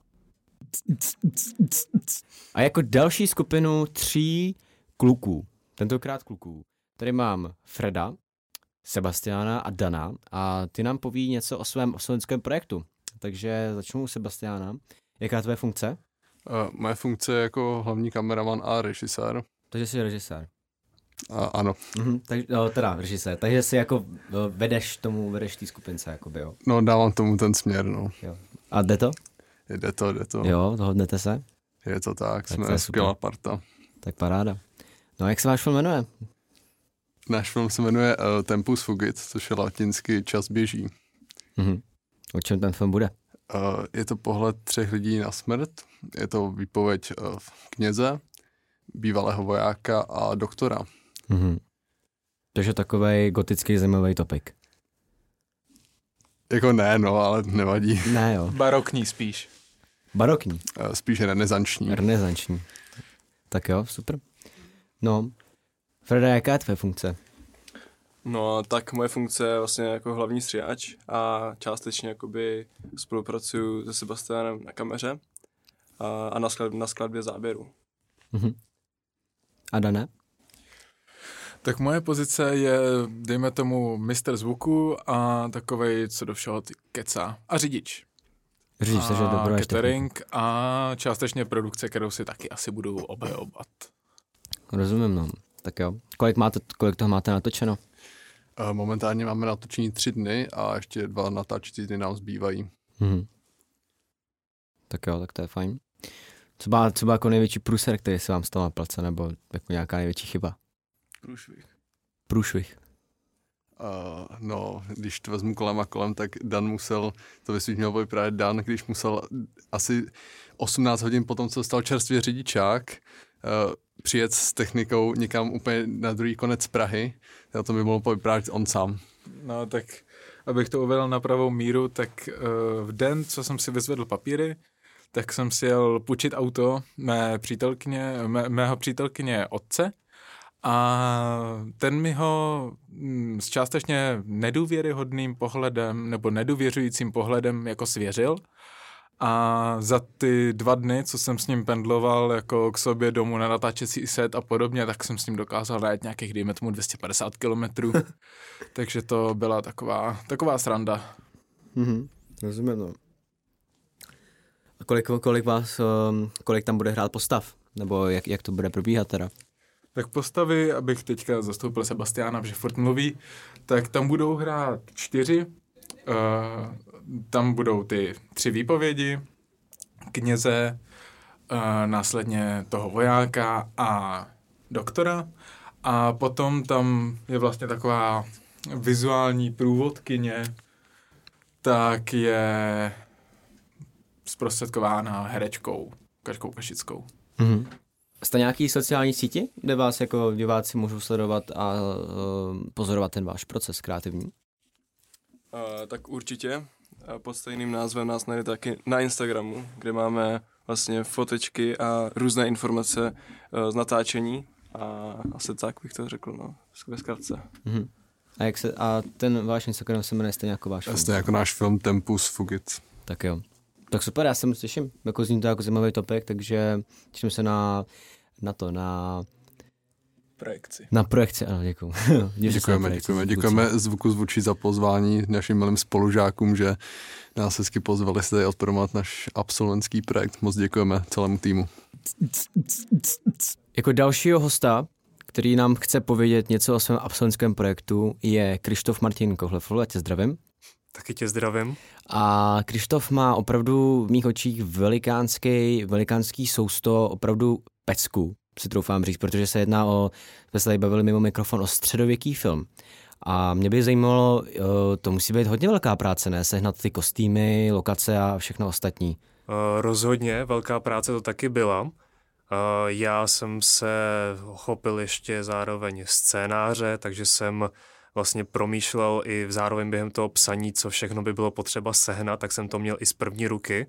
A jako další skupinu tří kluků, tentokrát kluků, tady mám Freda, Sebastiana a Dana a ty nám poví něco o svém absolventském projektu. Takže začnu u Sebastiana. Jaká je tvoje funkce?
Uh, moje funkce je jako hlavní kameraman a režisér.
Takže jsi režisér.
Uh, ano.
Mhm, tak, no, teda režisér. Takže si jako vedeš tomu, vedeš té skupince, jakoby, jo?
No, dávám tomu ten směr, no.
Jo. A jde to?
Jde to, jde to.
Jo, dohodnete se?
Je to tak,
tak
jsme
to
skvělá parta.
Tak paráda. No a jak se váš film jmenuje?
Náš film se jmenuje uh, Tempus Fugit, což je latinsky čas běží.
Mhm. O čem ten film bude?
Uh, je to pohled třech lidí na smrt, je to výpověď uh, kněze, bývalého vojáka a doktora.
Mhm. Takže takovej gotický zajímavý topik.
Jako ne, no, ale nevadí.
Ne, jo.
Barokní spíš.
Barokní?
Uh, spíš renesanční.
Renesanční. Tak jo, super. No, Freda, jaká je tvoje funkce?
No, tak moje funkce je vlastně jako hlavní stříhač a částečně jakoby spolupracuju se Sebastianem na kameře a, a na, sklad, na skladbě záběru.
Mhm. A Dane?
Tak moje pozice je, dejme tomu, mistr zvuku a takovej, co do všeho ty kecá. A řidič.
Řidič, takže dobro
catering a částečně produkce, kterou si taky asi budu obhajovat.
Rozumím, no. Tak jo. Kolik, máte, kolik toho máte natočeno?
Momentálně máme natočení tři dny a ještě dva natáčecí dny nám zbývají.
Mhm. Tak jo, tak to je fajn. Co byla, co byla jako největší průser, který se vám stal na place, nebo jako nějaká největší chyba?
Průšvih.
Průšvih.
Uh, no, když to vezmu kolem a kolem, tak Dan musel, to by si měl být právě Dan, když musel asi osmnáct hodin potom, co stal čerstvě řidičák, uh, přijet s technikou někam úplně na druhý konec Prahy, já to by mohl vyprávět on sám.
No tak, abych to uvedl na pravou míru, tak uh, v den, co jsem si vyzvedl papíry, tak jsem si jel půjčit auto mé přítelkyně, mé, mého přítelkyně otce a ten mi ho mm, s částečně nedůvěryhodným pohledem nebo nedůvěřujícím pohledem jako svěřil. A za ty dva dny, co jsem s ním pendloval jako k sobě domů na natáčecí set a podobně, tak jsem s ním dokázal najít nějakých, dejme tomu, dvě stě padesát kilometrů. Takže to byla taková, taková sranda.
Mhm, rozumím, no. A kolik, kolik vás, kolik tam bude hrát postav? Nebo jak, jak to bude probíhat teda?
Tak postavy, abych teďka zastoupil Sebastiána, že furt mluví, tak tam budou hrát čtyři. Uh, tam budou ty tři výpovědi, kněze, uh, následně toho vojáka a doktora. A potom tam je vlastně taková vizuální průvodkyně, tak je zprostředkována herečkou Kačkou Kašickou.
Mhm. Jste nějaký sociální síti, kde vás jako diváci můžou sledovat a uh, pozorovat ten váš proces kreativní?
Uh, tak určitě. Pod stejným názvem nás najde taky na Instagramu, kde máme vlastně fotečky a různé informace uh, z natáčení a asi tak bych to řekl, no, ve zkratce.
Mm-hmm. A, jak se, a ten váš Instagram se jmenuje stejně jako váš film?
Stejně jako náš film Tempus Fugit.
Tak jo. Tak super, já se moc těším. Jako zní to jako zajímavý topik, takže těším se na, na to, na...
Projekci.
Na projekci, ano, děkuju.
Děkujeme, děkujeme. Děkujeme Zvuku zvučí za pozvání našim milým spolužákům, že nás hezky pozvali se tady odpromovat náš absolventský projekt. Moc děkujeme celému týmu.
Jako dalšího hosta, který nám chce povědět něco o svém absolventském projektu, je Krištof Martin Kohlefl. Já tě zdravím.
Taky tě zdravím.
A Krištof má opravdu v mých očích velikánský, velikánský sousto, opravdu pecku, si troufám říct, protože se jedná o, jsme se tady bavili mimo mikrofon, o středověký film. A mě by zajímalo, to musí být hodně velká práce, ne? Sehnat ty kostýmy, lokace a všechno ostatní.
Uh, rozhodně, velká práce to taky byla. Uh, já jsem se chopil ještě zároveň scénáře, takže jsem vlastně promýšlel i zároveň během toho psaní, co všechno by bylo potřeba sehnat, tak jsem to měl i z první ruky.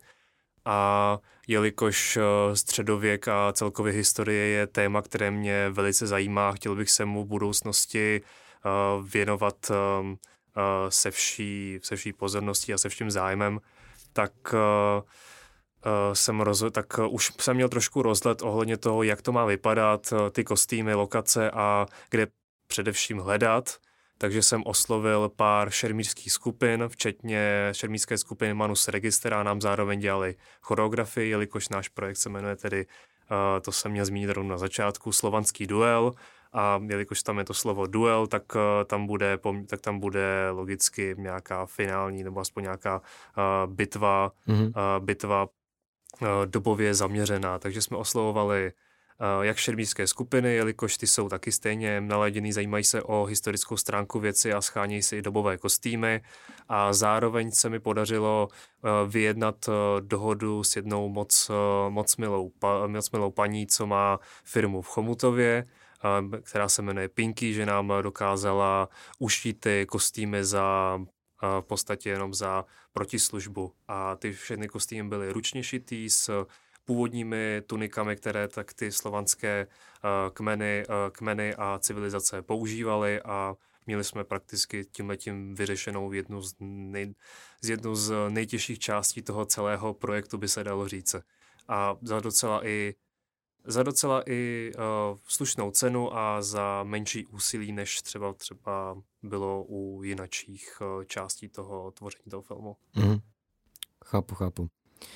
A jelikož středověk a celkově historie je téma, které mě velice zajímá, chtěl bych se mu v budoucnosti uh, věnovat uh, se, vší, se vší pozorností a se vším zájmem, tak, uh, uh, jsem rozho- tak uh, už jsem měl trošku rozhled ohledně toho, jak to má vypadat, uh, ty kostýmy, lokace a kde především hledat. Takže jsem oslovil pár šermířských skupin, včetně šermířské skupiny Manus Register, a nám zároveň dělali choreografii, jelikož náš projekt se jmenuje tedy, uh, to jsem měl zmínit rovnou na začátku, Slovanský duel, a jelikož tam je to slovo duel, tak, uh, tam, bude, tak tam bude logicky nějaká finální nebo aspoň nějaká uh, bitva, mm-hmm. uh, bitva uh, dobově zaměřená. Takže jsme oslovovali jak šermířské skupiny, jelikož ty jsou taky stejně naladěný, zajímají se o historickou stránku věci a schánějí si i dobové kostýmy. A zároveň se mi podařilo vyjednat dohodu s jednou moc, moc, milou, moc milou paní, co má firmu v Chomutově, která se jmenuje Pinky, že nám dokázala ušít ty kostýmy za v podstatě jenom za protislužbu. A ty všechny kostýmy byly ručně šitý s původními tunikami, které tak ty slovanské uh, kmeny, uh, kmeny a civilizace používaly, a měli jsme prakticky tímhletím vyřešenou jednu z, nej, z jednu z nejtěžších částí toho celého projektu, by se dalo říct. A za docela i, za docela i uh, slušnou cenu a za menší úsilí, než třeba, třeba bylo u jinačích uh, částí toho tvoření toho filmu.
Mm. Chápu, chápu.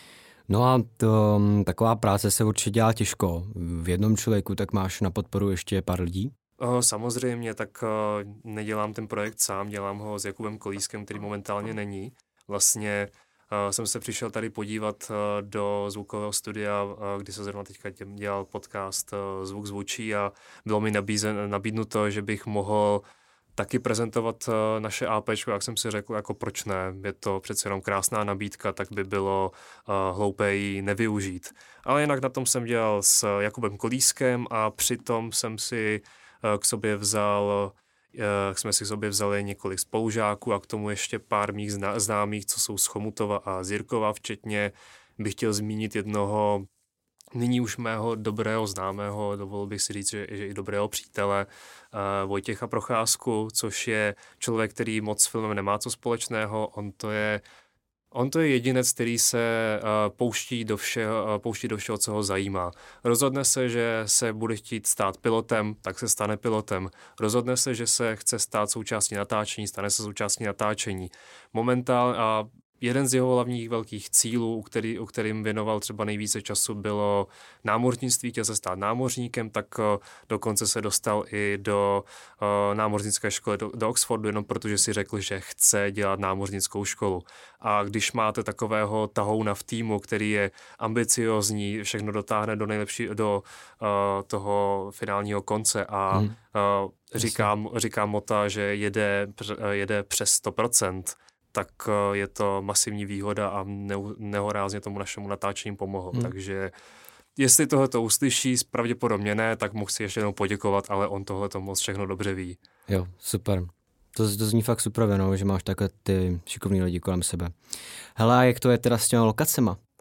No a to, taková práce se určitě dělá těžko. V jednom člověku tak máš na podporu ještě pár lidí?
Samozřejmě, tak nedělám ten projekt sám, dělám ho s Jakubem Kolískem, který momentálně není. Vlastně jsem se přišel tady podívat do zvukového studia, kdy se zrovna teďka dělal podcast Zvuk zvučí, a bylo mi nabízen, nabídnuto, že bych mohl taky prezentovat naše APčko, jak jsem si řekl, jako proč ne, je to přece jenom krásná nabídka, tak by bylo uh, hloupé ji nevyužít. Ale jinak na tom jsem dělal s Jakubem Kolískem a přitom jsem si uh, k sobě vzal, uh, jsme si k sobě vzali několik spolužáků a k tomu ještě pár mých zná- známých, co jsou z Chomutova a z Jirkova, včetně bych chtěl zmínit jednoho nyní už mého dobrého známého, dovolil bych si říct, že, že i dobrého přítele, uh, Vojtěcha Procházku, což je člověk, který moc s filmem nemá co společného. On to je, on to je jedinec, který se uh, pouští, do všeho, uh, pouští do všeho, co ho zajímá. Rozhodne se, že se bude chtít stát pilotem, tak se stane pilotem. Rozhodne se, že se chce stát součástí natáčení, stane se součástí natáčení. Momentálně a jeden z jeho hlavních velkých cílů, u, který, u kterým věnoval třeba nejvíce času, bylo námořnictví, chtěl se stát námořníkem, tak uh, dokonce se dostal i do uh, námořnické školy do, do Oxfordu, jenom protože si řekl, že chce dělat námořnickou školu. A když máte takového tahouna v týmu, který je ambiciozní, všechno dotáhne do nejlepší, do uh, toho finálního konce a hmm. uh, říká, říká Mota, že jede, jede přes sto procent, tak je to masivní výhoda a nehorázně tomu našemu natáčení pomohl. Hmm. Takže jestli tohle to uslyší, pravděpodobně ne, tak mu chci ještě jednou poděkovat, ale on tohle to moc všechno dobře ví.
Jo, super. To, to zní fakt super, no, že máš takhle ty šikovný lidi kolem sebe. Hele, a jak to je teda s těma lokacema?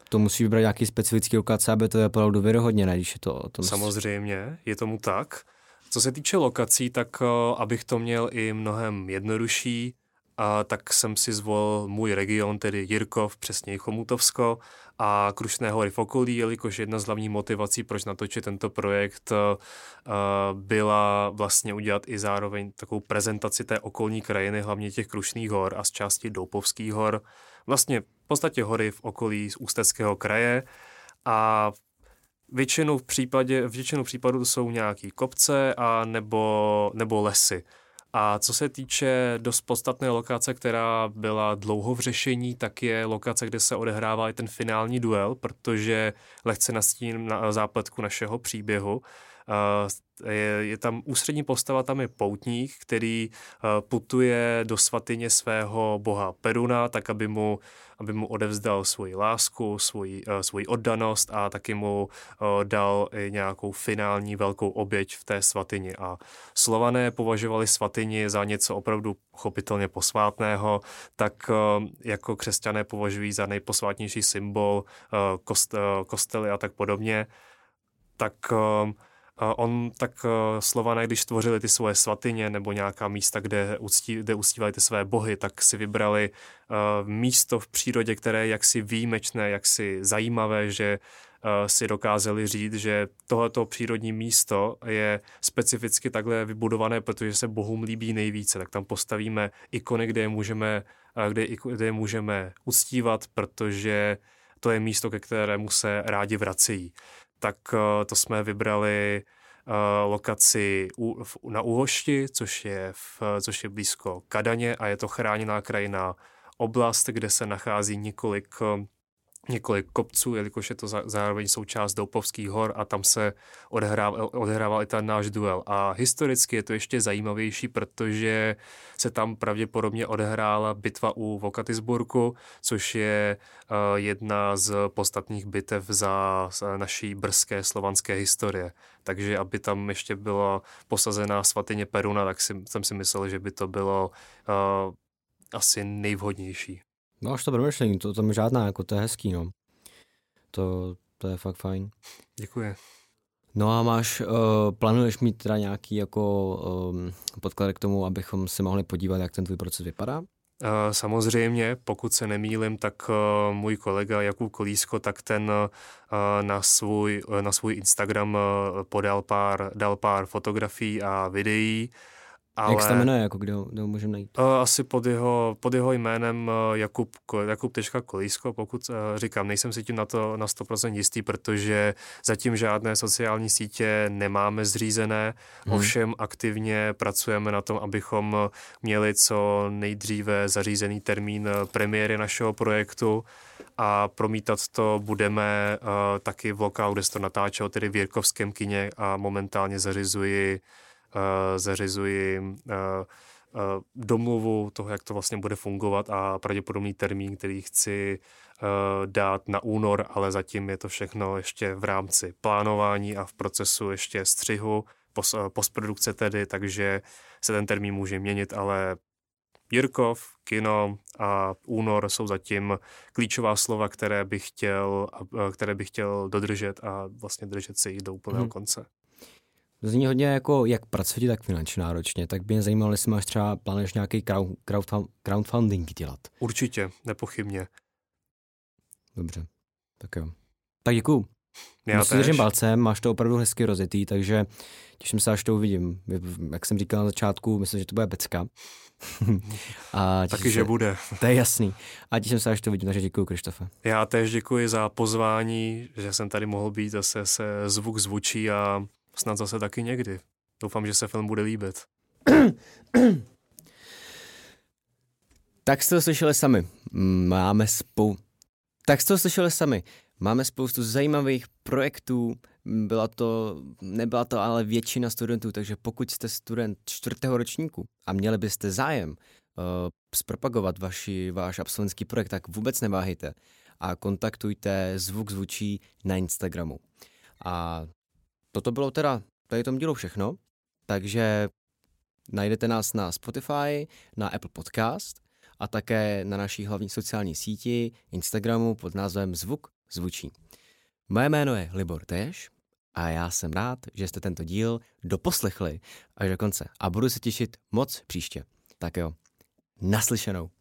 to musí vybrat nějaký specifický lokace, aby to je opravdu věrohodně, ne, když je to o tom.
Samozřejmě, je tomu tak. Co se týče lokací, tak uh, abych to měl i mnohem jednodušší, a tak jsem si zvolil můj region, tedy Jirkov, přesně Chomutovsko a Krušné hory v okolí, jelikož jedna z hlavních motivací, proč natočit tento projekt, uh, byla vlastně udělat i zároveň takovou prezentaci té okolní krajiny, hlavně těch Krušných hor a z části Doupovských hor. Vlastně v podstatě hory v okolí z Ústeckého kraje a většinou v případě, v většinu případů to jsou nějaký kopce a nebo, nebo lesy. A co se týče dost podstatné lokace, která byla dlouho v řešení, tak je lokace, kde se odehrává i ten finální duel, protože lehce nastíním na zápletku našeho příběhu. Je, je tam ústřední postava, tam je poutník, který putuje do svatyně svého boha Peruna, tak aby mu, aby mu odevzdal svoji lásku, svoji, svoji oddanost a taky mu dal i nějakou finální velkou oběť v té svatyni. A Slované považovali svatyni za něco opravdu chopitelně posvátného, tak jako křesťané považují za nejposvátnější symbol kost, kostely a tak podobně. Tak on tak Slované, když tvořili ty svoje svatyně nebo nějaká místa, kde, uctí, kde uctívali ty své bohy, tak si vybrali uh, místo v přírodě, které je jaksi výjimečné, jaksi zajímavé, že uh, si dokázali říct, že tohleto přírodní místo je specificky takhle vybudované, protože se bohům líbí nejvíce, tak tam postavíme ikony, kde je můžeme, uh, kde, kde je můžeme uctívat, protože to je místo, ke kterému se rádi vracejí. Tak to jsme vybrali uh, lokaci u, v, na Úhošti, což je, v, což je blízko Kadaně a je to chráněná krajinná oblast, kde se nachází několik, několik kopců, jelikož je to za, zároveň součást Doupovských hor a tam se odehrával, odehrával i ten náš duel. A historicky je to ještě zajímavější, protože se tam pravděpodobně odehrála bitva u Vokatisburku, což je uh, jedna z podstatných bitev za, za naší brzké slovanské historie. Takže aby tam ještě byla posazená svatyně Peruna, tak si, jsem si myslel, že by to bylo uh, asi nejvhodnější.
No až to promyšlení, to tam žádná, jako to je hezký, no. To, to je fakt fajn.
Děkuji.
No a máš, uh, plánuješ mít teda nějaký jako um, podklad k tomu, abychom se mohli podívat, jak ten tvůj proces vypadá?
Uh, samozřejmě, pokud se nemýlim, tak uh, můj kolega Jakub Kolísko, tak ten uh, na, svůj, uh, na svůj Instagram uh, podal pár, dal pár fotografií a videí. Ale,
jak se to jmenuje, jako kde ho, kde ho můžeme najít?
Uh, asi pod jeho, pod jeho jménem uh, Jakub, Jakub Kolísko, pokud uh, říkám, nejsem si tím na to na sto procent jistý, protože zatím žádné sociální sítě nemáme zřízené, hmm. ovšem aktivně pracujeme na tom, abychom měli co nejdříve zařízený termín premiéry našeho projektu a promítat to budeme uh, taky v lokálu, kde se to natáčelo, tedy v Jirkovském kině a momentálně zařizuji Uh, zařizuji uh, uh, domluvu toho, jak to vlastně bude fungovat a pravděpodobný termín, který chci uh, dát na únor, ale zatím je to všechno ještě v rámci plánování a v procesu ještě střihu, pos, uh, postprodukce tedy, takže se ten termín může měnit, ale Jirkov, kino a únor jsou zatím klíčová slova, které bych chtěl, uh, které bych chtěl dodržet a vlastně držet se jich do úplného hmm. konce.
To zní hodně jako jak pracovně, tak finančně náročně. Tak by mě zajímalo, jestli máš třeba plánuješ nějaký crowd, crowd, crowdfunding dělat.
Určitě, nepochybně.
Dobře, tak jo. Tak děkuju.
Já
si držím palcem, máš to opravdu hezky rozjetý, takže těším se, až to uvidím. Jak jsem říkal na začátku, myslím, že to bude pecka.
A taky, se, že bude.
To je jasný. A těším se, až to vidím, takže děkuju, Krištofe.
Já též děkuji za pozvání, že jsem tady mohl být, zase se zvuk zvučí a snad zase taky někdy. Doufám, že se film bude líbit.
Tak jste to slyšeli sami. Máme spou... Tak jste to slyšeli sami. Máme spoustu zajímavých projektů. Byla to, nebyla to ale většina studentů, takže pokud jste student čtvrtého ročníku a měli byste zájem uh, zpropagovat vaši, váš absolventský projekt, tak vůbec neváhejte a kontaktujte Zvuk zvučí na Instagramu. A toto bylo teda tady tom dílu všechno, takže najdete nás na Spotify, na Apple Podcast a také na naší hlavní sociální síti Instagramu pod názvem Zvuk zvučí. Moje jméno je Libor Téš a já jsem rád, že jste tento díl doposlechli až do konce a budu se těšit moc příště. Tak jo, naslyšenou.